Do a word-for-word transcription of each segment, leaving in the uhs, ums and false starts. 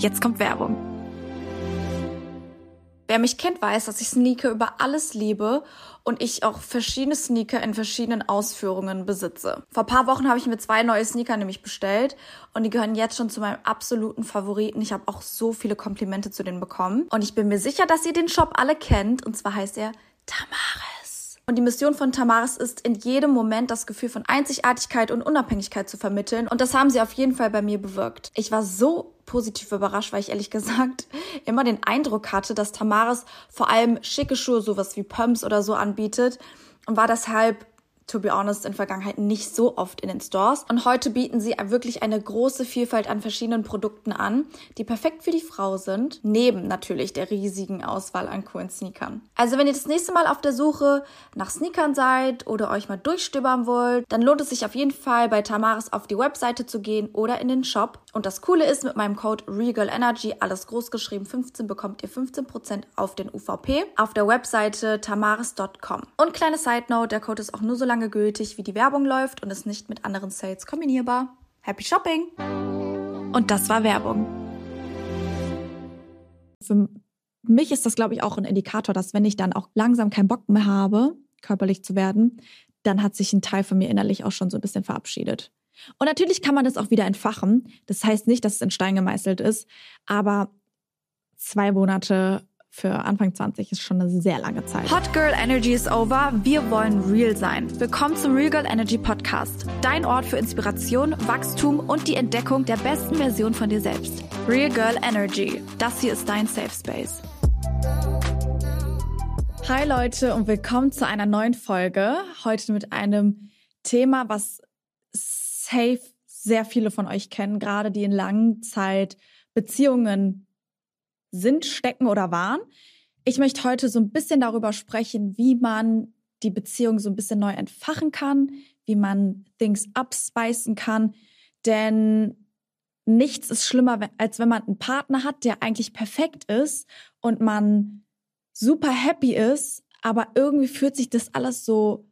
Jetzt kommt Werbung. Wer mich kennt, weiß, dass ich Sneaker über alles liebe und ich auch verschiedene Sneaker in verschiedenen Ausführungen besitze. Vor ein paar Wochen habe ich mir zwei neue Sneaker nämlich bestellt und die gehören jetzt schon zu meinem absoluten Favoriten. Ich habe auch so viele Komplimente zu denen bekommen und ich bin mir sicher, dass ihr den Shop alle kennt, und zwar heißt er Tamaris. Und die Mission von Tamaris ist, in jedem Moment das Gefühl von Einzigartigkeit und Unabhängigkeit zu vermitteln. Und das haben sie auf jeden Fall bei mir bewirkt. Ich war so positiv überrascht, weil ich ehrlich gesagt immer den Eindruck hatte, dass Tamaris vor allem schicke Schuhe, sowas wie Pumps oder so anbietet, und war deshalb, to be honest, in Vergangenheit nicht so oft in den Stores. Und heute bieten sie wirklich eine große Vielfalt an verschiedenen Produkten an, die perfekt für die Frau sind, neben natürlich der riesigen Auswahl an coolen Sneakern. Also wenn ihr das nächste Mal auf der Suche nach Sneakern seid oder euch mal durchstöbern wollt, dann lohnt es sich auf jeden Fall, bei Tamaris auf die Webseite zu gehen oder in den Shop. Und das Coole ist, mit meinem Code RealGirlEnergy, alles groß geschrieben, fünfzehn, bekommt ihr fünfzehn Prozent auf den U V P auf der Webseite tamaris Punkt com. Und kleine Side Note, der Code ist auch nur so lange gültig, wie die Werbung läuft, und ist nicht mit anderen Sales kombinierbar. Happy Shopping! Und das war Werbung. Für mich ist das, glaube ich, auch ein Indikator, dass wenn ich dann auch langsam keinen Bock mehr habe, körperlich zu werden, dann hat sich ein Teil von mir innerlich auch schon so ein bisschen verabschiedet. Und natürlich kann man das auch wieder entfachen. Das heißt nicht, dass es in Stein gemeißelt ist, aber zwei Monate für Anfang zwanzig ist schon eine sehr lange Zeit. Hot Girl Energy is over. Wir wollen real sein. Willkommen zum Real Girl Energy Podcast. Dein Ort für Inspiration, Wachstum und die Entdeckung der besten Version von dir selbst. Real Girl Energy. Das hier ist dein Safe Space. Hi Leute und willkommen zu einer neuen Folge. Heute mit einem Thema, was safe sehr viele von euch kennen, gerade die in Langzeitbeziehungen sind, stecken oder waren. Ich möchte heute so ein bisschen darüber sprechen, wie man die Beziehung so ein bisschen neu entfachen kann, wie man Things upspicen kann, denn nichts ist schlimmer, als wenn man einen Partner hat, der eigentlich perfekt ist und man super happy ist, aber irgendwie fühlt sich das alles so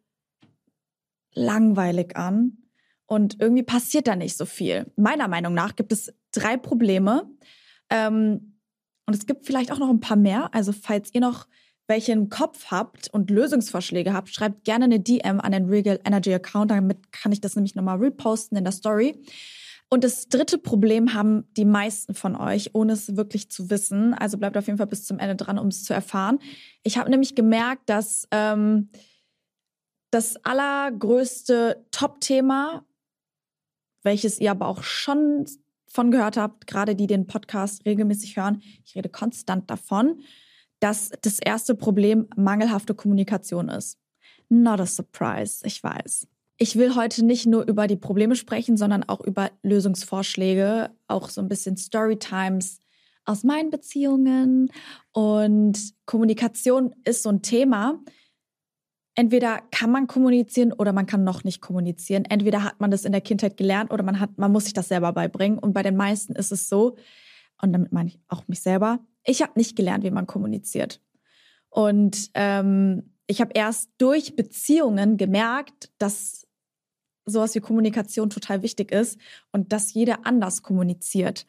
langweilig an und irgendwie passiert da nicht so viel. Meiner Meinung nach gibt es drei Probleme, ähm, und es gibt vielleicht auch noch ein paar mehr. Also falls ihr noch welche im Kopf habt und Lösungsvorschläge habt, schreibt gerne eine D M an den Real Girl Energy Account. Damit kann ich das nämlich nochmal reposten in der Story. Und das dritte Problem haben die meisten von euch, ohne es wirklich zu wissen. Also bleibt auf jeden Fall bis zum Ende dran, um es zu erfahren. Ich habe nämlich gemerkt, dass ähm, das allergrößte Top-Thema, welches ihr aber auch schon von gehört habt, gerade die den Podcast regelmäßig hören, ich rede konstant davon, dass das erste Problem mangelhafte Kommunikation ist. Not a surprise, ich weiß. Ich will heute nicht nur über die Probleme sprechen, sondern auch über Lösungsvorschläge, auch so ein bisschen Storytimes aus meinen Beziehungen. Und Kommunikation ist so ein Thema. Entweder kann man kommunizieren oder man kann noch nicht kommunizieren. Entweder hat man das in der Kindheit gelernt oder man hat, man muss sich das selber beibringen. Und bei den meisten ist es so, und damit meine ich auch mich selber, ich habe nicht gelernt, wie man kommuniziert. Und ähm, ich habe erst durch Beziehungen gemerkt, dass sowas wie Kommunikation total wichtig ist und dass jeder anders kommuniziert.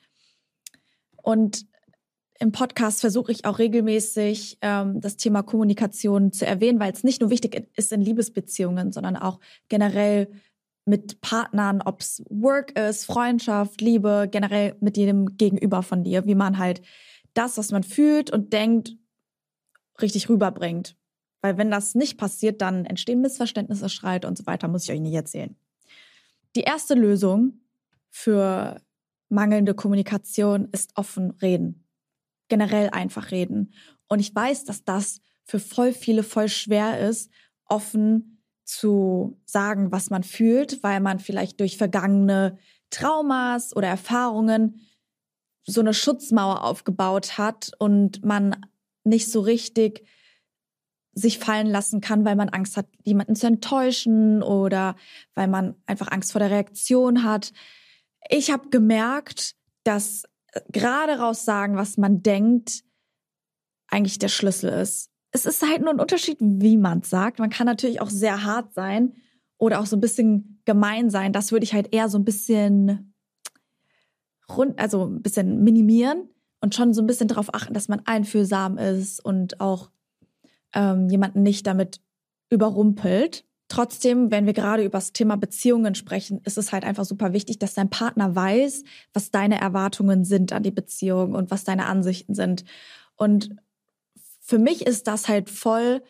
Und im Podcast versuche ich auch regelmäßig, ähm, das Thema Kommunikation zu erwähnen, weil es nicht nur wichtig ist in Liebesbeziehungen, sondern auch generell mit Partnern, ob es Work ist, Freundschaft, Liebe, generell mit jedem Gegenüber von dir, wie man halt das, was man fühlt und denkt, richtig rüberbringt. Weil wenn das nicht passiert, dann entstehen Missverständnisse, Streit und so weiter, muss ich euch nicht erzählen. Die erste Lösung für mangelnde Kommunikation ist offen reden. Generell einfach reden. Und ich weiß, dass das für voll viele voll schwer ist, offen zu sagen, was man fühlt, weil man vielleicht durch vergangene Traumas oder Erfahrungen so eine Schutzmauer aufgebaut hat und man nicht so richtig sich fallen lassen kann, weil man Angst hat, jemanden zu enttäuschen oder weil man einfach Angst vor der Reaktion hat. Ich habe gemerkt, dass gerade raus sagen, was man denkt, eigentlich der Schlüssel ist. Es ist halt nur ein Unterschied, wie man es sagt. Man kann natürlich auch sehr hart sein oder auch so ein bisschen gemein sein. Das würde ich halt eher so ein bisschen rund, also ein bisschen minimieren und schon so ein bisschen darauf achten, dass man einfühlsam ist und auch ähm, jemanden nicht damit überrumpelt. Trotzdem, wenn wir gerade über das Thema Beziehungen sprechen, ist es halt einfach super wichtig, dass dein Partner weiß, was deine Erwartungen sind an die Beziehung und was deine Ansichten sind. Und für mich ist das halt voll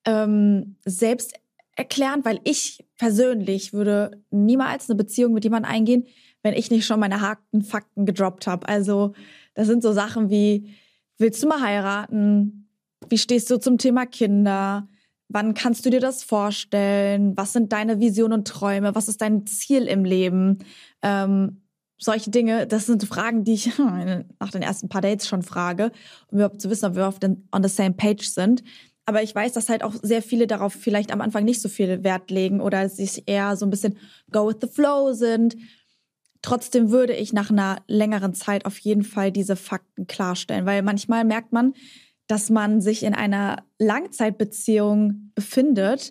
ähm, selbsterklärend, weil ich persönlich würde niemals eine Beziehung mit jemandem eingehen, wenn ich nicht schon meine harten Fakten gedroppt habe. Also das sind so Sachen wie, willst du mal heiraten? Wie stehst du zum Thema Kinder? Wann kannst du dir das vorstellen? Was sind deine Visionen und Träume? Was ist dein Ziel im Leben? Ähm, solche Dinge, das sind Fragen, die ich nach den ersten paar Dates schon frage, um überhaupt zu wissen, ob wir auf den, on the same page sind. Aber ich weiß, dass halt auch sehr viele darauf vielleicht am Anfang nicht so viel Wert legen oder sich eher so ein bisschen go with the flow sind. Trotzdem würde ich nach einer längeren Zeit auf jeden Fall diese Fakten klarstellen, weil manchmal merkt man, dass man sich in einer Langzeitbeziehung befindet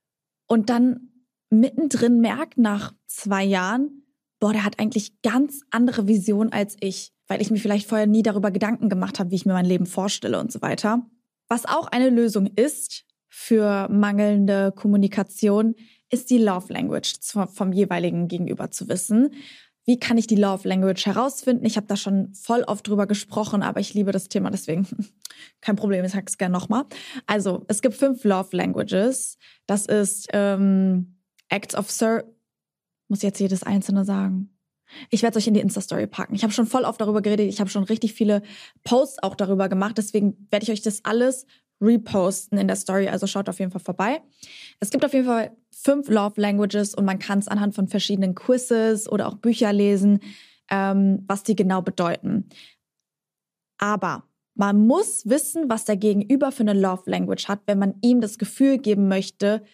und dann mittendrin merkt nach zwei Jahren, boah, der hat eigentlich ganz andere Visionen als ich, weil ich mir vielleicht vorher nie darüber Gedanken gemacht habe, wie ich mir mein Leben vorstelle und so weiter. Was auch eine Lösung ist für mangelnde Kommunikation, ist die Love Language vom jeweiligen Gegenüber zu wissen. Wie kann ich die Love Language herausfinden? Ich habe da schon voll oft drüber gesprochen, aber ich liebe das Thema, deswegen kein Problem, ich sage es gerne nochmal. Also, es gibt fünf Love Languages. Das ist ähm, Acts of Service. Muss ich jetzt jedes einzelne sagen? Ich werde es euch in die Insta-Story packen. Ich habe schon voll oft darüber geredet. Ich habe schon richtig viele Posts auch darüber gemacht. Deswegen werde ich euch das alles reposten in der Story. Also schaut auf jeden Fall vorbei. Es gibt auf jeden Fall fünf Love Languages und man kann es anhand von verschiedenen Quizzes oder auch Bücher lesen, ähm, was die genau bedeuten. Aber man muss wissen, was der Gegenüber für eine Love Language hat, wenn man ihm das Gefühl geben möchte,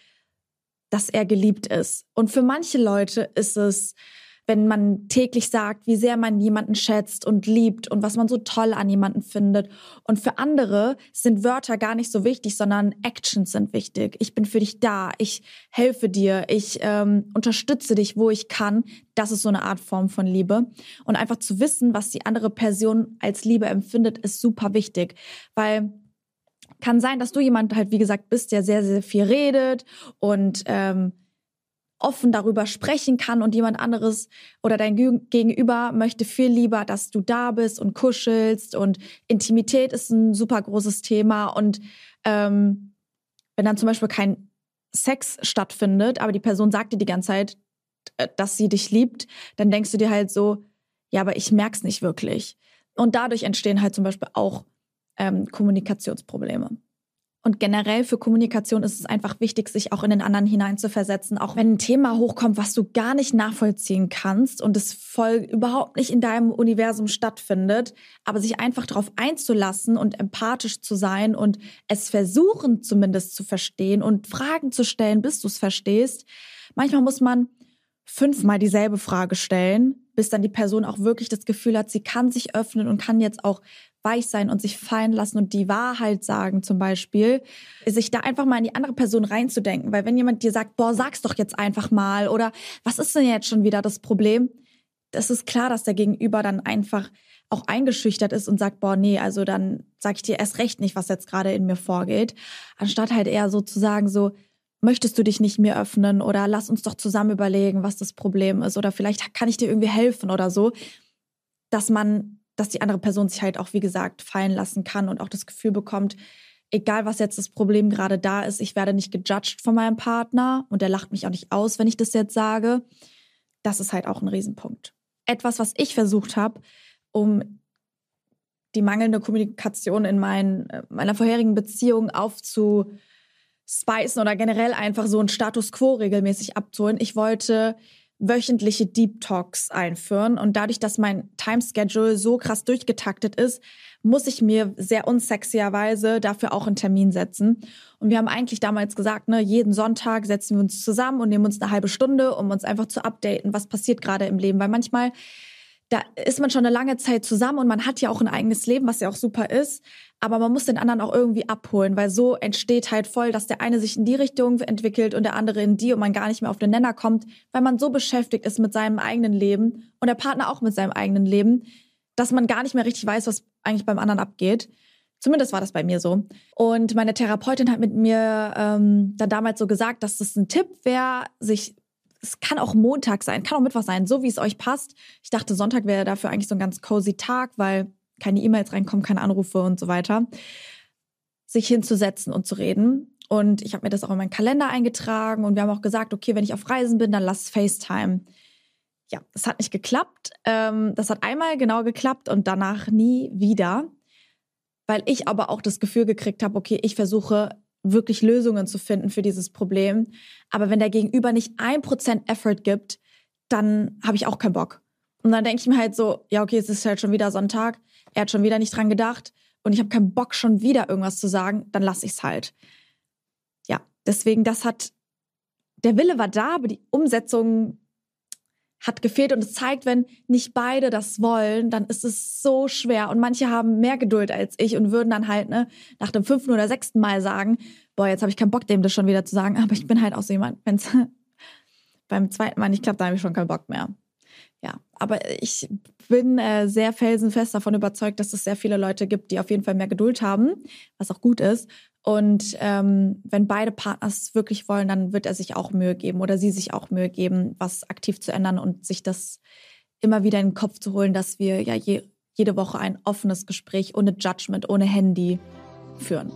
dass er geliebt ist. Und für manche Leute ist es, wenn man täglich sagt, wie sehr man jemanden schätzt und liebt und was man so toll an jemanden findet. Und für andere sind Wörter gar nicht so wichtig, sondern Actions sind wichtig. Ich bin für dich da, ich helfe dir, ich ähm, unterstütze dich, wo ich kann. Das ist so eine Art Form von Liebe. Und einfach zu wissen, was die andere Person als Liebe empfindet, ist super wichtig. Weil kann sein, dass du jemand halt, wie gesagt, bist, der sehr, sehr viel redet und ähm, offen darüber sprechen kann und jemand anderes oder dein Gegenüber möchte viel lieber, dass du da bist und kuschelst und Intimität ist ein super großes Thema und ähm, wenn dann zum Beispiel kein Sex stattfindet, aber die Person sagt dir die ganze Zeit, dass sie dich liebt, dann denkst du dir halt so, ja, aber ich merk's nicht wirklich. Und dadurch entstehen halt zum Beispiel auch ähm, Kommunikationsprobleme. Und generell für Kommunikation ist es einfach wichtig, sich auch in den anderen hineinzuversetzen. Auch wenn ein Thema hochkommt, was du gar nicht nachvollziehen kannst und es voll überhaupt nicht in deinem Universum stattfindet, aber sich einfach darauf einzulassen und empathisch zu sein und es versuchen zumindest zu verstehen und Fragen zu stellen, bis du es verstehst. Manchmal muss man fünfmal dieselbe Frage stellen, bis dann die Person auch wirklich das Gefühl hat, sie kann sich öffnen und kann jetzt auch weich sein und sich fallen lassen und die Wahrheit sagen zum Beispiel, sich da einfach mal in die andere Person reinzudenken. Weil wenn jemand dir sagt, boah, sag's doch jetzt einfach mal oder was ist denn jetzt schon wieder das Problem? Das ist klar, dass der Gegenüber dann einfach auch eingeschüchtert ist und sagt, boah, nee, also dann sag ich dir erst recht nicht, was jetzt gerade in mir vorgeht. Anstatt halt eher so zu sagen, so, möchtest du dich nicht mehr öffnen oder lass uns doch zusammen überlegen, was das Problem ist oder vielleicht kann ich dir irgendwie helfen oder so, dass man dass die andere Person sich halt auch, wie gesagt, fallen lassen kann und auch das Gefühl bekommt, egal was jetzt das Problem gerade da ist, ich werde nicht gejudged von meinem Partner und der lacht mich auch nicht aus, wenn ich das jetzt sage. Das ist halt auch ein Riesenpunkt. Etwas, was ich versucht habe, um die mangelnde Kommunikation in mein, meiner vorherigen Beziehung aufzuspicen oder generell einfach so einen Status Quo regelmäßig abzuholen. Ich wollte wöchentliche Deep Talks einführen. Und dadurch, dass mein Timeschedule so krass durchgetaktet ist, muss ich mir sehr unsexyerweise dafür auch einen Termin setzen. Und wir haben eigentlich damals gesagt, ne, jeden Sonntag setzen wir uns zusammen und nehmen uns eine halbe Stunde, um uns einfach zu updaten, was passiert gerade im Leben. Weil manchmal da ist man schon eine lange Zeit zusammen und man hat ja auch ein eigenes Leben, was ja auch super ist. Aber man muss den anderen auch irgendwie abholen, weil so entsteht halt voll, dass der eine sich in die Richtung entwickelt und der andere in die und man gar nicht mehr auf den Nenner kommt, weil man so beschäftigt ist mit seinem eigenen Leben und der Partner auch mit seinem eigenen Leben, dass man gar nicht mehr richtig weiß, was eigentlich beim anderen abgeht. Zumindest war das bei mir so. Und meine Therapeutin hat mit mir ähm, dann damals so gesagt, dass das ein Tipp wäre, sich es kann auch Montag sein, kann auch Mittwoch sein, so wie es euch passt. Ich dachte, Sonntag wäre dafür eigentlich so ein ganz cozy Tag, weil keine E-Mails reinkommen, keine Anrufe und so weiter. Sich hinzusetzen und zu reden. Und ich habe mir das auch in meinen Kalender eingetragen und wir haben auch gesagt, okay, wenn ich auf Reisen bin, dann lass FaceTime. Ja, das hat nicht geklappt. Ähm, das hat einmal genau geklappt und danach nie wieder. Weil ich aber auch das Gefühl gekriegt habe, okay, ich versuche wirklich Lösungen zu finden für dieses Problem. Aber wenn der Gegenüber nicht ein Prozent Effort gibt, dann habe ich auch keinen Bock. Und dann denke ich mir halt so, ja okay, es ist halt schon wieder Sonntag, er hat schon wieder nicht dran gedacht und ich habe keinen Bock, schon wieder irgendwas zu sagen, dann lasse ich es halt. Ja, deswegen, das hat, der Wille war da, aber die Umsetzung hat gefehlt und es zeigt, wenn nicht beide das wollen, dann ist es so schwer und manche haben mehr Geduld als ich und würden dann halt ne nach dem fünften oder sechsten Mal sagen, boah, jetzt habe ich keinen Bock, dem das schon wieder zu sagen, aber ich bin halt auch so jemand, wenn es beim zweiten Mal nicht klappt, dann habe ich schon keinen Bock mehr. Ja, aber ich bin äh, sehr felsenfest davon überzeugt, dass es sehr viele Leute gibt, die auf jeden Fall mehr Geduld haben, was auch gut ist. Und ähm, wenn beide Partner es wirklich wollen, dann wird er sich auch Mühe geben oder sie sich auch Mühe geben, was aktiv zu ändern und sich das immer wieder in den Kopf zu holen, dass wir ja je, jede Woche ein offenes Gespräch ohne Judgment, ohne Handy führen.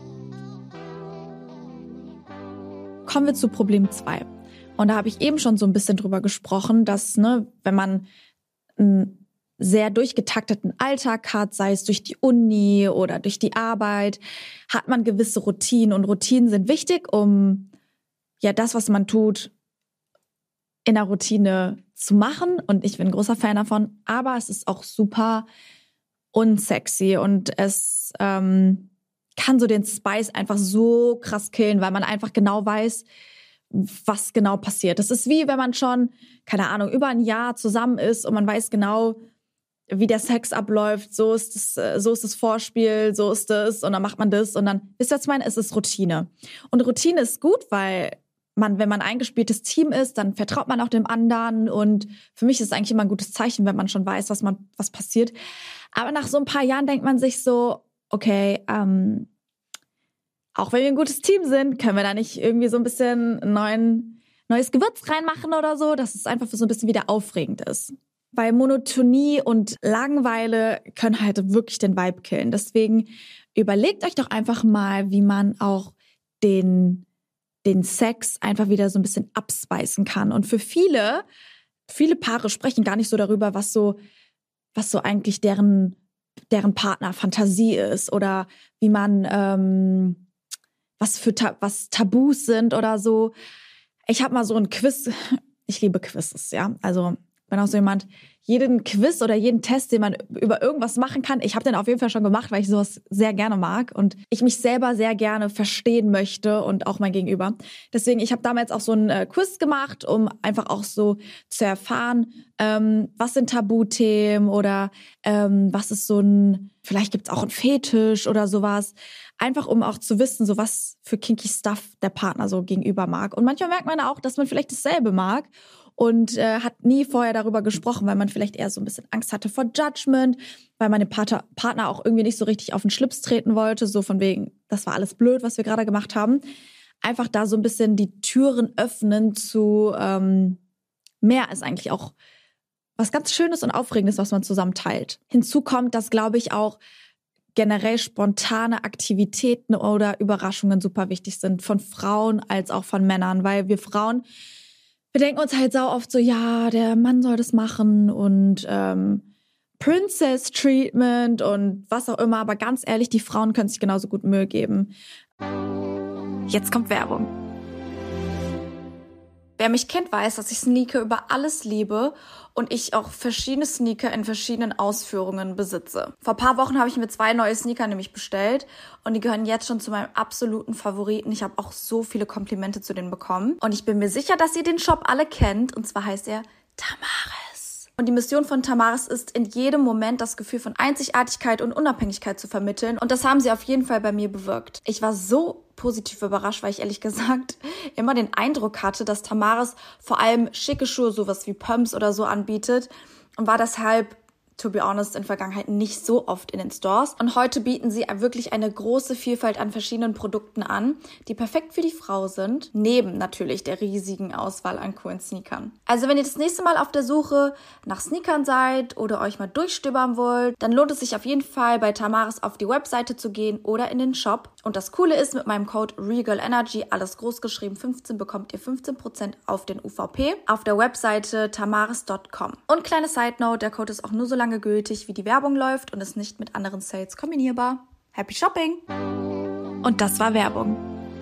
Kommen wir zu Problem zwei. Und da habe ich eben schon so ein bisschen drüber gesprochen, dass, ne, wenn man einen sehr durchgetakteten Alltag hat, sei es durch die Uni oder durch die Arbeit, hat man gewisse Routinen. Und Routinen sind wichtig, um ja das, was man tut, in der Routine zu machen. Und ich bin ein großer Fan davon. Aber es ist auch super unsexy und es ähm, kann so den Spice einfach so krass killen, weil man einfach genau weiß, was genau passiert. Das ist wie, wenn man schon, keine Ahnung, über ein Jahr zusammen ist und man weiß genau, wie der Sex abläuft, so ist das, so ist das Vorspiel, so ist das und dann macht man das und dann, wisst ihr, was ich meine? Es ist Routine. Und Routine ist gut, weil man, wenn man ein eingespieltes Team ist, dann vertraut man auch dem anderen und für mich ist es eigentlich immer ein gutes Zeichen, wenn man schon weiß, was man, was passiert. Aber nach so ein paar Jahren denkt man sich so, okay, ähm, auch wenn wir ein gutes Team sind, können wir da nicht irgendwie so ein bisschen neuen, neues Gewürz reinmachen oder so, dass es einfach so ein bisschen wieder aufregend ist. Weil Monotonie und Langeweile können halt wirklich den Vibe killen. Deswegen überlegt euch doch einfach mal, wie man auch den, den Sex einfach wieder so ein bisschen abspeisen kann. Und für viele, viele Paare sprechen gar nicht so darüber, was so, was so eigentlich deren, deren Partnerfantasie ist oder wie man, ähm, was für Ta- was Tabus sind oder so. Ich habe mal so ein Quiz, ich liebe Quizzes, ja, also bin auch so jemand, jeden Quiz oder jeden Test, den man über irgendwas machen kann, ich habe den auf jeden Fall schon gemacht, weil ich sowas sehr gerne mag und ich mich selber sehr gerne verstehen möchte und auch mein Gegenüber. Deswegen, ich habe damals auch so ein äh, Quiz gemacht, um einfach auch so zu erfahren, ähm, was sind Tabuthemen oder ähm, was ist so ein, vielleicht gibt's auch einen Fetisch oder sowas. Einfach um auch zu wissen, so was für kinky Stuff der Partner so gegenüber mag. Und manchmal merkt man auch, dass man vielleicht dasselbe mag. Und äh, hat nie vorher darüber gesprochen, weil man vielleicht eher so ein bisschen Angst hatte vor Judgment, weil man dem Partner, Partner auch irgendwie nicht so richtig auf den Schlips treten wollte, so von wegen, das war alles blöd, was wir gerade gemacht haben. Einfach da so ein bisschen die Türen öffnen zu ähm, mehr ist eigentlich auch was ganz Schönes und Aufregendes, was man zusammen teilt. Hinzu kommt, dass, glaube ich, auch generell spontane Aktivitäten oder Überraschungen super wichtig sind, von Frauen als auch von Männern, weil wir Frauen wir denken uns halt sau oft so, ja, der Mann soll das machen und ähm, Princess Treatment und was auch immer. Aber ganz ehrlich, die Frauen können sich genauso gut Mühe geben. Jetzt kommt Werbung. Wer mich kennt, weiß, dass ich Sneaker über alles liebe und ich auch verschiedene Sneaker in verschiedenen Ausführungen besitze. Vor ein paar Wochen habe ich mir zwei neue Sneaker nämlich bestellt und die gehören jetzt schon zu meinem absoluten Favoriten. Ich habe auch so viele Komplimente zu denen bekommen und ich bin mir sicher, dass ihr den Shop alle kennt und zwar heißt er Tamaris. Und die Mission von Tamaris ist, in jedem Moment das Gefühl von Einzigartigkeit und Unabhängigkeit zu vermitteln. Und das haben sie auf jeden Fall bei mir bewirkt. Ich war so positiv überrascht, weil ich ehrlich gesagt immer den Eindruck hatte, dass Tamaris vor allem schicke Schuhe, sowas wie Pumps oder so anbietet und war deshalb, to be honest, in Vergangenheit nicht so oft in den Stores. Und heute bieten sie wirklich eine große Vielfalt an verschiedenen Produkten an, die perfekt für die Frau sind, neben natürlich der riesigen Auswahl an coolen Sneakern. Also wenn ihr das nächste Mal auf der Suche nach Sneakern seid oder euch mal durchstöbern wollt, dann lohnt es sich auf jeden Fall bei Tamaris auf die Webseite zu gehen oder in den Shop. Und das Coole ist, mit meinem Code RealGirlEnergy, alles groß geschrieben, fünfzehn, bekommt ihr fünfzehn Prozent auf den U V P auf der Webseite tamaris Punkt com. Und kleine Side Note, der Code ist auch nur so lange gültig, wie die Werbung läuft und ist nicht mit anderen Sales kombinierbar. Happy Shopping! Und das war Werbung.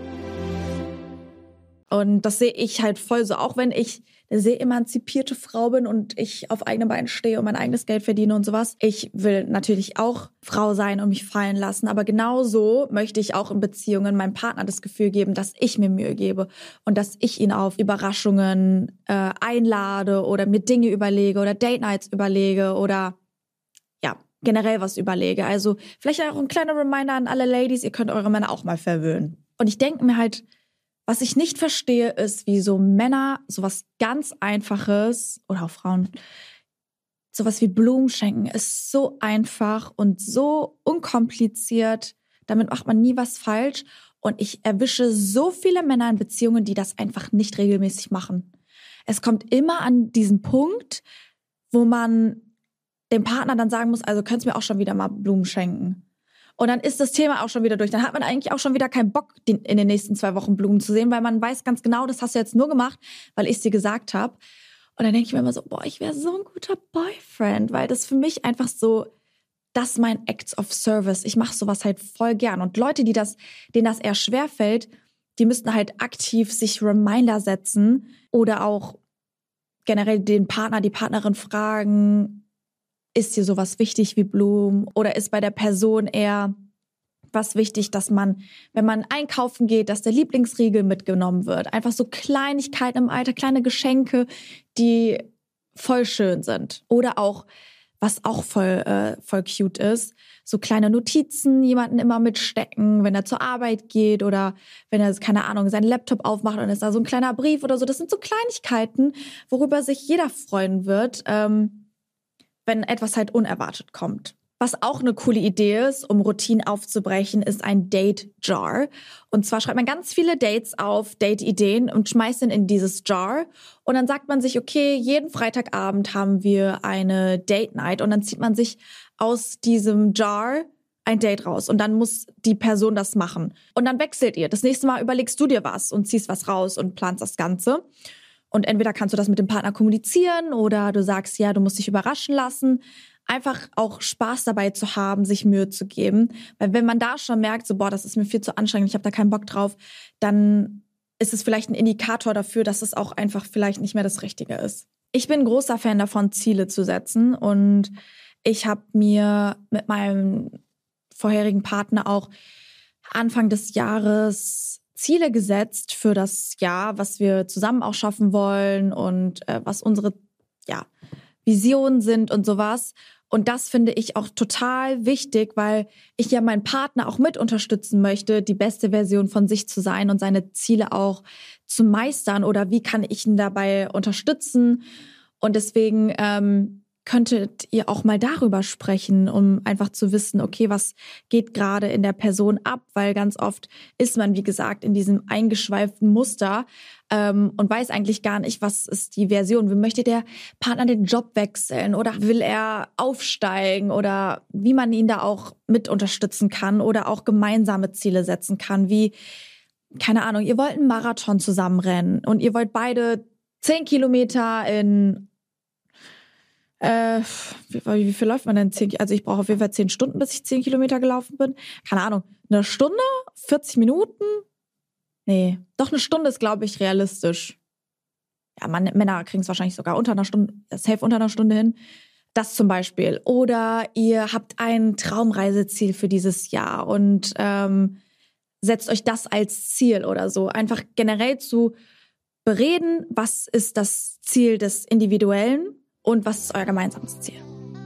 Und das sehe ich halt voll so, auch wenn ich eine sehr emanzipierte Frau bin und ich auf eigenen Beinen stehe und mein eigenes Geld verdiene und sowas. Ich will natürlich auch Frau sein und mich fallen lassen, aber genauso möchte ich auch in Beziehungen meinem Partner das Gefühl geben, dass ich mir Mühe gebe und dass ich ihn auf Überraschungen äh, einlade oder mir Dinge überlege oder Date Nights überlege oder ja, generell was überlege. Also vielleicht auch ein kleiner Reminder an alle Ladies, ihr könnt eure Männer auch mal verwöhnen. Und ich denke mir halt, was ich nicht verstehe, ist, wie so Männer sowas ganz Einfaches, oder auch Frauen, sowas wie Blumen schenken, ist so einfach und so unkompliziert. Damit macht man nie was falsch. Und ich erwische so viele Männer in Beziehungen, die das einfach nicht regelmäßig machen. Es kommt immer an diesen Punkt, wo man dem Partner dann sagen muss, also könntest du mir auch schon wieder mal Blumen schenken. Und dann ist das Thema auch schon wieder durch. Dann hat man eigentlich auch schon wieder keinen Bock, in den nächsten zwei Wochen Blumen zu sehen, weil man weiß ganz genau, das hast du jetzt nur gemacht, weil ich es dir gesagt habe. Und dann denke ich mir immer so, boah, ich wäre so ein guter Boyfriend, weil das für mich einfach so, das ist mein Acts of Service. Ich mache sowas halt voll gern. Und Leute, die das, denen das eher schwerfällt, die müssten halt aktiv sich Reminder setzen oder auch generell den Partner, die Partnerin fragen, ist dir sowas wichtig wie Blumen oder ist bei der Person eher was wichtig, dass man, wenn man einkaufen geht, dass der Lieblingsriegel mitgenommen wird. Einfach so Kleinigkeiten im Alter, kleine Geschenke, die voll schön sind. Oder auch, was auch voll, äh, voll cute ist, so kleine Notizen, jemanden immer mitstecken, wenn er zur Arbeit geht oder wenn er, keine Ahnung, seinen Laptop aufmacht und ist da so ein kleiner Brief oder so. Das sind so Kleinigkeiten, worüber sich jeder freuen wird, ähm, wenn etwas halt unerwartet kommt. Was auch eine coole Idee ist, um Routinen aufzubrechen, ist ein Date-Jar. Und zwar schreibt man ganz viele Dates auf, Date-Ideen und schmeißt ihn in dieses Jar. Und dann sagt man sich, okay, jeden Freitagabend haben wir eine Date-Night. Und dann zieht man sich aus diesem Jar ein Date raus. Und dann muss die Person das machen. Und dann wechselt ihr. Das nächste Mal überlegst du dir was und ziehst was raus und planst das Ganze. Und entweder kannst du das mit dem Partner kommunizieren oder du sagst, ja, du musst dich überraschen lassen. Einfach auch Spaß dabei zu haben, sich Mühe zu geben. Weil wenn man da schon merkt, so, boah, das ist mir viel zu anstrengend, ich habe da keinen Bock drauf, dann ist es vielleicht ein Indikator dafür, dass es auch einfach vielleicht nicht mehr das Richtige ist. Ich bin ein großer Fan davon, Ziele zu setzen. Und ich habe mir mit meinem vorherigen Partner auch Anfang des Jahres Ziele gesetzt für das Jahr, was wir zusammen auch schaffen wollen und äh, was unsere ja, Visionen sind und sowas. Und das finde ich auch total wichtig, weil ich ja meinen Partner auch mit unterstützen möchte, die beste Version von sich zu sein und seine Ziele auch zu meistern. Oder wie kann ich ihn dabei unterstützen? Und deswegen ähm, könntet ihr auch mal darüber sprechen, um einfach zu wissen, okay, was geht gerade in der Person ab? Weil ganz oft ist man, wie gesagt, in diesem eingeschweiften Muster ähm, und weiß eigentlich gar nicht, was ist die Version. Wie möchte der Partner den Job wechseln oder will er aufsteigen oder wie man ihn da auch mit unterstützen kann oder auch gemeinsame Ziele setzen kann, wie, keine Ahnung, ihr wollt einen Marathon zusammen und ihr wollt beide zehn Kilometer in Äh, wie, wie viel läuft man denn? zehn, also ich brauche auf jeden Fall zehn Stunden, bis ich zehn Kilometer gelaufen bin. Keine Ahnung, eine Stunde? vierzig Minuten? Nee, doch eine Stunde ist, glaube ich, realistisch. Ja, man, Männer kriegen es wahrscheinlich sogar unter einer Stunde, safe unter einer Stunde hin. Das zum Beispiel. Oder ihr habt ein Traumreiseziel für dieses Jahr und ähm, setzt euch das als Ziel oder so. Einfach generell zu bereden, was ist das Ziel des Individuellen Und was ist euer gemeinsames Ziel?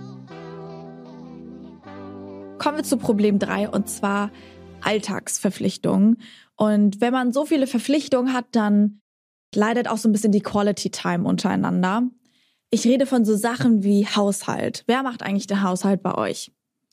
Kommen wir zu Problem drei, und zwar Alltagsverpflichtungen. Und wenn man so viele Verpflichtungen hat, dann leidet auch so ein bisschen die Quality Time untereinander. Ich rede von so Sachen wie Haushalt. Wer macht eigentlich den Haushalt bei euch?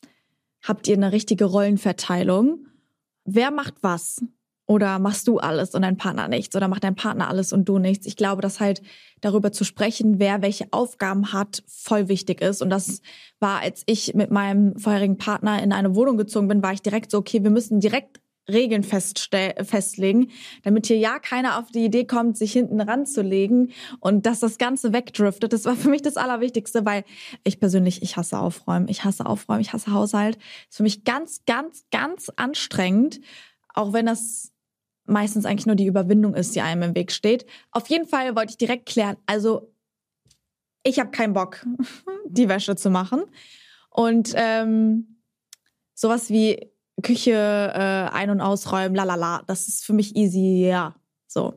Habt ihr eine richtige Rollenverteilung? Wer macht was? Oder machst du alles und dein Partner nichts? Oder macht dein Partner alles und du nichts? Ich glaube, dass halt darüber zu sprechen, wer welche Aufgaben hat, voll wichtig ist. Und das war, als ich mit meinem vorherigen Partner in eine Wohnung gezogen bin, war ich direkt so, okay, wir müssen direkt Regeln feststell- festlegen, damit hier ja keiner auf die Idee kommt, sich hinten ranzulegen und dass das Ganze wegdriftet. Das war für mich das Allerwichtigste, weil ich persönlich, ich hasse Aufräumen. Ich hasse Aufräumen, ich hasse Haushalt. Das ist für mich ganz, ganz, ganz anstrengend, auch wenn das meistens eigentlich nur die Überwindung ist, die einem im Weg steht. Auf jeden Fall wollte ich direkt klären, also ich habe keinen Bock, die Wäsche zu machen. Und ähm, sowas wie Küche äh, ein- und ausräumen, lalala, das ist für mich easy, ja. So,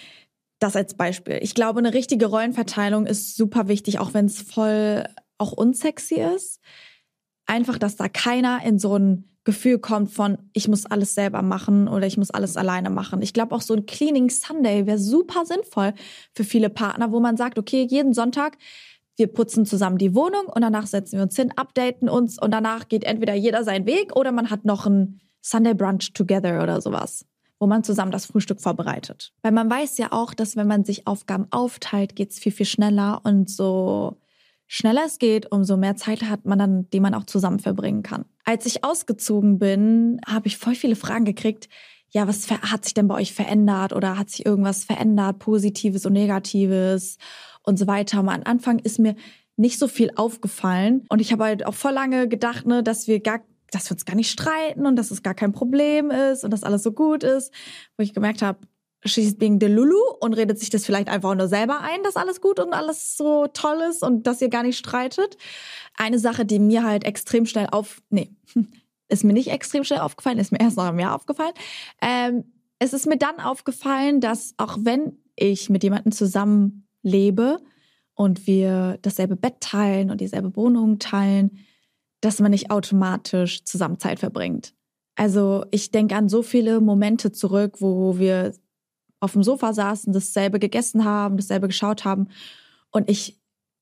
das als Beispiel. Ich glaube, eine richtige Rollenverteilung ist super wichtig, auch wenn es voll auch unsexy ist. Einfach, dass da keiner in so ein Gefühl kommt von, ich muss alles selber machen oder ich muss alles alleine machen. Ich glaube auch so ein Cleaning Sunday wäre super sinnvoll für viele Partner, wo man sagt, okay, jeden Sonntag, wir putzen zusammen die Wohnung und danach setzen wir uns hin, updaten uns und danach geht entweder jeder seinen Weg oder man hat noch ein Sunday Brunch together oder sowas, wo man zusammen das Frühstück vorbereitet. Weil man weiß ja auch, dass wenn man sich Aufgaben aufteilt, geht's viel, viel schneller und so schneller es geht, umso mehr Zeit hat man dann, die man auch zusammen verbringen kann. Als ich ausgezogen bin, habe ich voll viele Fragen gekriegt. Ja, was hat sich denn bei euch verändert oder hat sich irgendwas verändert, Positives und Negatives und so weiter. Am Anfang ist mir nicht so viel aufgefallen und ich habe halt auch voll lange gedacht, ne, dass wir gar, dass wir uns gar nicht streiten und dass es gar kein Problem ist und dass alles so gut ist, wo ich gemerkt habe, she's being the Lulu und redet sich das vielleicht einfach nur selber ein, dass alles gut und alles so toll ist und dass ihr gar nicht streitet. Eine Sache, die mir halt extrem schnell auf... Nee, ist mir nicht extrem schnell aufgefallen, ist mir erst nach einem Jahr aufgefallen. Ähm, es ist mir dann aufgefallen, dass auch wenn ich mit jemandem zusammenlebe und wir dasselbe Bett teilen und dieselbe Wohnung teilen, dass man nicht automatisch zusammen Zeit verbringt. Also ich denke an so viele Momente zurück, wo wir auf dem Sofa saßen, dasselbe gegessen haben, dasselbe geschaut haben und ich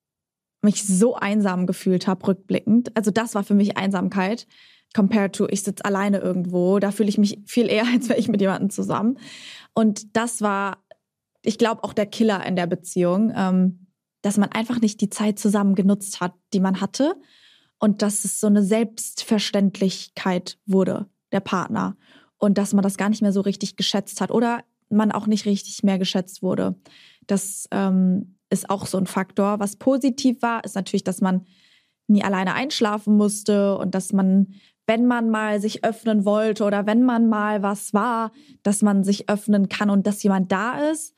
mich so einsam gefühlt habe, rückblickend. Also das war für mich Einsamkeit, compared to ich sitze alleine irgendwo. Da fühle ich mich viel eher, als wäre ich mit jemandem zusammen. Und das war, ich glaube, auch der Killer in der Beziehung, ähm, dass man einfach nicht die Zeit zusammen genutzt hat, die man hatte und dass es so eine Selbstverständlichkeit wurde, der Partner. Und dass man das gar nicht mehr so richtig geschätzt hat oder man auch nicht richtig mehr geschätzt wurde. Das ähm, ist auch so ein Faktor. Was positiv war, ist natürlich, dass man nie alleine einschlafen musste und dass man, wenn man mal sich öffnen wollte oder wenn man mal was war, dass man sich öffnen kann und dass jemand da ist.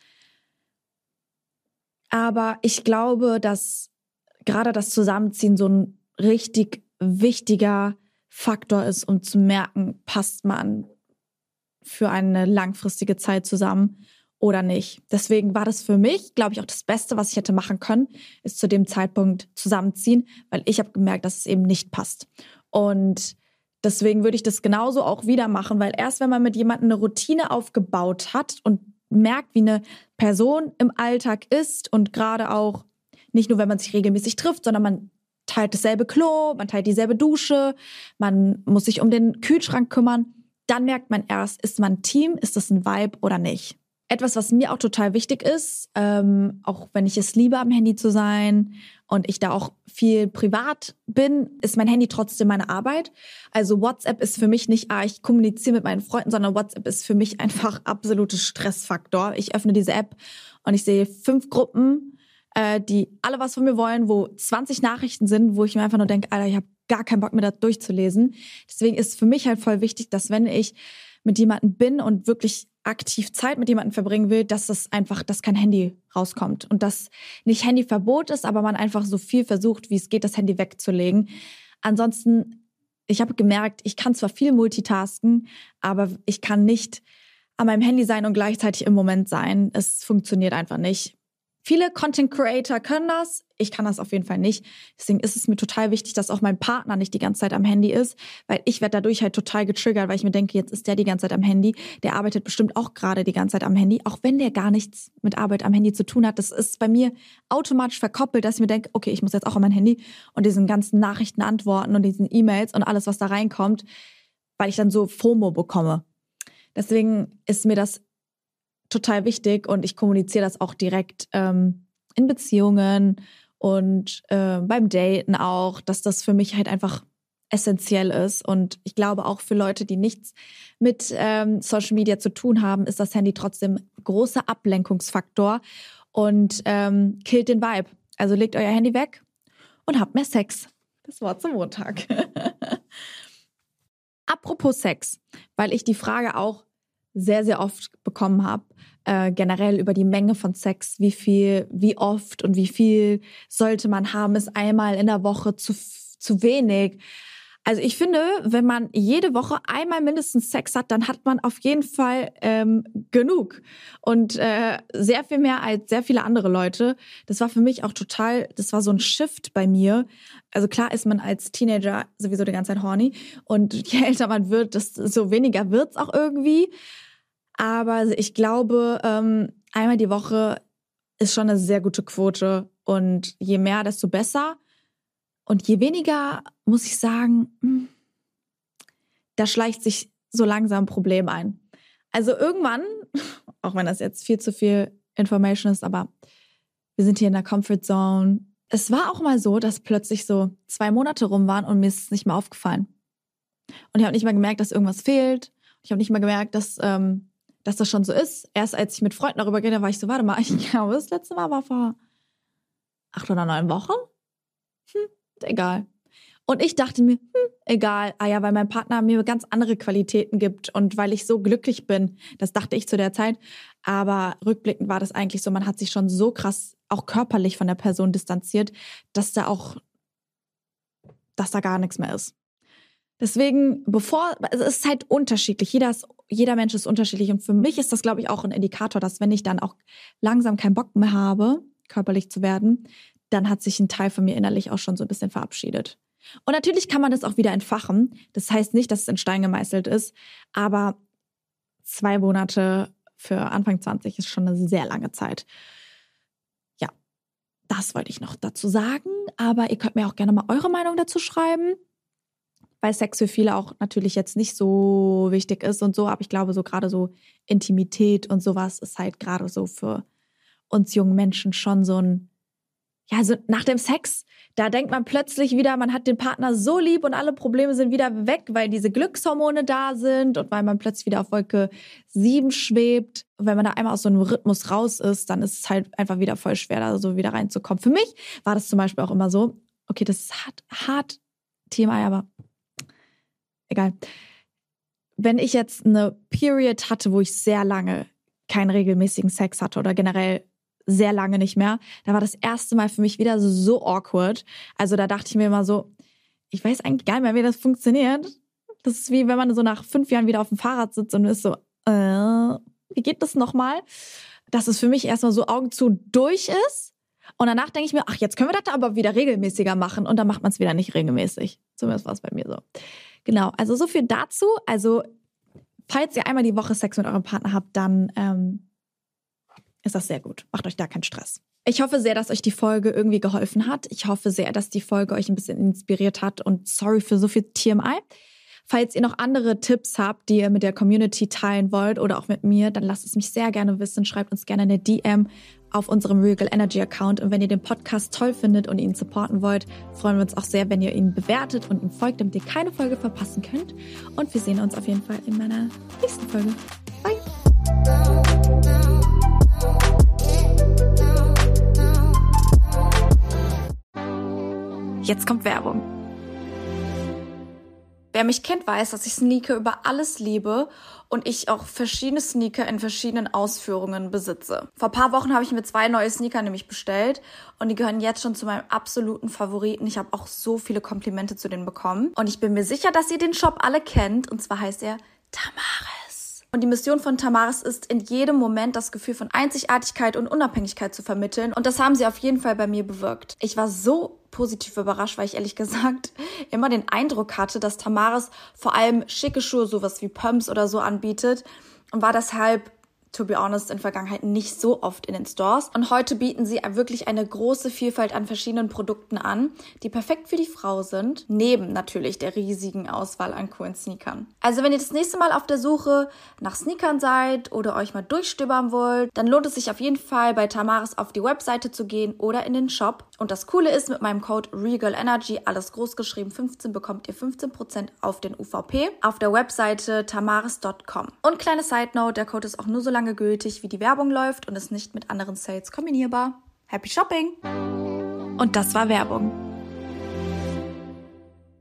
Aber ich glaube, dass gerade das Zusammenziehen so ein richtig wichtiger Faktor ist, um zu merken, passt man für eine langfristige Zeit zusammen oder nicht. Deswegen war das für mich, glaube ich, auch das Beste, was ich hätte machen können, ist zu dem Zeitpunkt zusammenziehen, weil ich habe gemerkt, dass es eben nicht passt. Und deswegen würde ich das genauso auch wieder machen, weil erst wenn man mit jemandem eine Routine aufgebaut hat und merkt, wie eine Person im Alltag ist und gerade auch nicht nur, wenn man sich regelmäßig trifft, sondern man teilt dasselbe Klo, man teilt dieselbe Dusche, man muss sich um den Kühlschrank kümmern, dann merkt man erst, ist man ein Team, ist das ein Vibe oder nicht. Etwas, was mir auch total wichtig ist, ähm, auch wenn ich es liebe, am Handy zu sein und ich da auch viel privat bin, ist mein Handy trotzdem meine Arbeit. Also WhatsApp ist für mich nicht, ah, ich kommuniziere mit meinen Freunden, sondern WhatsApp ist für mich einfach absolutes Stressfaktor. Ich öffne diese App und ich sehe fünf Gruppen, äh, die alle was von mir wollen, wo zwanzig Nachrichten sind, wo ich mir einfach nur denke, Alter, ich habe gar keinen Bock mehr, das durchzulesen. Deswegen ist für mich halt voll wichtig, dass wenn ich mit jemandem bin und wirklich aktiv Zeit mit jemandem verbringen will, dass das einfach, dass kein Handy rauskommt und dass nicht Handyverbot ist, aber man einfach so viel versucht, wie es geht, das Handy wegzulegen. Ansonsten, ich habe gemerkt, ich kann zwar viel multitasken, aber ich kann nicht an meinem Handy sein und gleichzeitig im Moment sein. Es funktioniert einfach nicht. Viele Content Creator können das. Ich kann das auf jeden Fall nicht. Deswegen ist es mir total wichtig, dass auch mein Partner nicht die ganze Zeit am Handy ist, weil ich werde dadurch halt total getriggert, weil ich mir denke, jetzt ist der die ganze Zeit am Handy. Der arbeitet bestimmt auch gerade die ganze Zeit am Handy, auch wenn der gar nichts mit Arbeit am Handy zu tun hat. Das ist bei mir automatisch verkoppelt, dass ich mir denke, okay, ich muss jetzt auch an mein Handy und diesen ganzen Nachrichten antworten und diesen E-Mails und alles, was da reinkommt, weil ich dann so FOMO bekomme. Deswegen ist mir das total wichtig und ich kommuniziere das auch direkt ähm, in Beziehungen und äh, beim Daten auch, dass das für mich halt einfach essentiell ist. Und ich glaube auch für Leute, die nichts mit ähm, Social Media zu tun haben, ist das Handy trotzdem großer Ablenkungsfaktor und ähm, killt den Vibe. Also legt euer Handy weg und habt mehr Sex. Das Wort zum Montag. Apropos Sex, weil ich die Frage auch sehr, sehr oft bekommen habe, äh, generell über die Menge von Sex, wie viel, wie oft und wie viel sollte man haben, ist einmal in der Woche zu, zu wenig. Also ich finde, wenn man jede Woche einmal mindestens Sex hat, dann hat man auf jeden Fall ähm, genug und äh, sehr viel mehr als sehr viele andere Leute. Das war für mich auch total, das war so ein Shift bei mir. Also klar ist man als Teenager sowieso die ganze Zeit horny und je älter man wird, desto weniger wird's auch irgendwie. Aber ich glaube, ähm, einmal die Woche ist schon eine sehr gute Quote und je mehr, desto besser. Und je weniger, muss ich sagen, da schleicht sich so langsam ein Problem ein. Also irgendwann, auch wenn das jetzt viel zu viel Information ist, aber wir sind hier in der Comfort Zone. Es war auch mal so, dass plötzlich so zwei Monate rum waren und mir ist es nicht mehr aufgefallen. Und ich habe nicht mal gemerkt, dass irgendwas fehlt. Ich habe nicht mal gemerkt, dass, ähm, dass das schon so ist. Erst als ich mit Freunden darüber geredet, war ich so, warte mal, ich glaube, das letzte Mal war vor acht oder neun Wochen. Hm. Egal. Und ich dachte mir, hm, egal. Ah ja, weil mein Partner mir ganz andere Qualitäten gibt und weil ich so glücklich bin. Das dachte ich zu der Zeit. Aber rückblickend war das eigentlich so, man hat sich schon so krass auch körperlich von der Person distanziert, dass da auch, dass da gar nichts mehr ist. Deswegen, bevor, also es ist halt unterschiedlich. Jeder, ist, jeder Mensch ist unterschiedlich. Und für mich ist das, glaube ich, auch ein Indikator, dass wenn ich dann auch langsam keinen Bock mehr habe, körperlich zu werden, dann hat sich ein Teil von mir innerlich auch schon so ein bisschen verabschiedet. Und natürlich kann man das auch wieder entfachen. Das heißt nicht, dass es in Stein gemeißelt ist, aber zwei Monate für Anfang zwanzig ist schon eine sehr lange Zeit. Ja, das wollte ich noch dazu sagen, aber ihr könnt mir auch gerne mal eure Meinung dazu schreiben, weil Sex für viele auch natürlich jetzt nicht so wichtig ist und so, aber ich glaube so gerade so Intimität und sowas ist halt gerade so für uns jungen Menschen schon so ein, ja, also nach dem Sex, da denkt man plötzlich wieder, man hat den Partner so lieb und alle Probleme sind wieder weg, weil diese Glückshormone da sind und weil man plötzlich wieder auf Wolke sieben schwebt. Und wenn man da einmal aus so einem Rhythmus raus ist, dann ist es halt einfach wieder voll schwer, da so wieder reinzukommen. Für mich war das zum Beispiel auch immer so, okay, das ist hart, hart T M I, aber egal. Wenn ich jetzt eine Period hatte, wo ich sehr lange keinen regelmäßigen Sex hatte oder generell sehr lange nicht mehr. Da war das erste Mal für mich wieder so awkward. Also da dachte ich mir immer so, ich weiß eigentlich gar nicht mehr, wie das funktioniert. Das ist wie wenn man so nach fünf Jahren wieder auf dem Fahrrad sitzt und ist so, äh, wie geht das nochmal? Dass es für mich erstmal so Augen zu durch ist. Und danach denke ich mir, ach, jetzt können wir das aber wieder regelmäßiger machen. Und dann macht man es wieder nicht regelmäßig. Zumindest war es bei mir so. Genau, also so viel dazu. Also falls ihr einmal die Woche Sex mit eurem Partner habt, dann ähm, ist das sehr gut. Macht euch da keinen Stress. Ich hoffe sehr, dass euch die Folge irgendwie geholfen hat. Ich hoffe sehr, dass die Folge euch ein bisschen inspiriert hat und sorry für so viel T M I. Falls ihr noch andere Tipps habt, die ihr mit der Community teilen wollt oder auch mit mir, dann lasst es mich sehr gerne wissen. Schreibt uns gerne eine D M auf unserem Regal Energy Account. Und wenn ihr den Podcast toll findet und ihn supporten wollt, freuen wir uns auch sehr, wenn ihr ihn bewertet und ihm folgt, damit ihr keine Folge verpassen könnt. Und wir sehen uns auf jeden Fall in meiner nächsten Folge. Bye! Jetzt kommt Werbung. Wer mich kennt, weiß, dass ich Sneaker über alles liebe und ich auch verschiedene Sneaker in verschiedenen Ausführungen besitze. Vor ein paar Wochen habe ich mir zwei neue Sneaker nämlich bestellt und die gehören jetzt schon zu meinem absoluten Favoriten. Ich habe auch so viele Komplimente zu denen bekommen und ich bin mir sicher, dass ihr den Shop alle kennt und zwar heißt er Tamaris. Und die Mission von Tamaris ist, in jedem Moment das Gefühl von Einzigartigkeit und Unabhängigkeit zu vermitteln. Und das haben sie auf jeden Fall bei mir bewirkt. Ich war so positiv überrascht, weil ich ehrlich gesagt immer den Eindruck hatte, dass Tamaris vor allem schicke Schuhe, sowas wie Pumps oder so anbietet und war deshalb, to be honest, in Vergangenheit nicht so oft in den Stores. Und heute bieten sie wirklich eine große Vielfalt an verschiedenen Produkten an, die perfekt für die Frau sind, neben natürlich der riesigen Auswahl an coolen Sneakern. Also wenn ihr das nächste Mal auf der Suche nach Sneakern seid oder euch mal durchstöbern wollt, dann lohnt es sich auf jeden Fall bei Tamaris auf die Webseite zu gehen oder in den Shop. Und das Coole ist, mit meinem Code REALGIRLENERGY, alles groß geschrieben fünfzehn, bekommt ihr fünfzehn Prozent auf den U V P auf der Webseite tamaris Punkt com. Und kleine Side Note, der Code ist auch nur so lange gültig, wie die Werbung läuft und ist nicht mit anderen Sales kombinierbar. Happy Shopping! Und das war Werbung.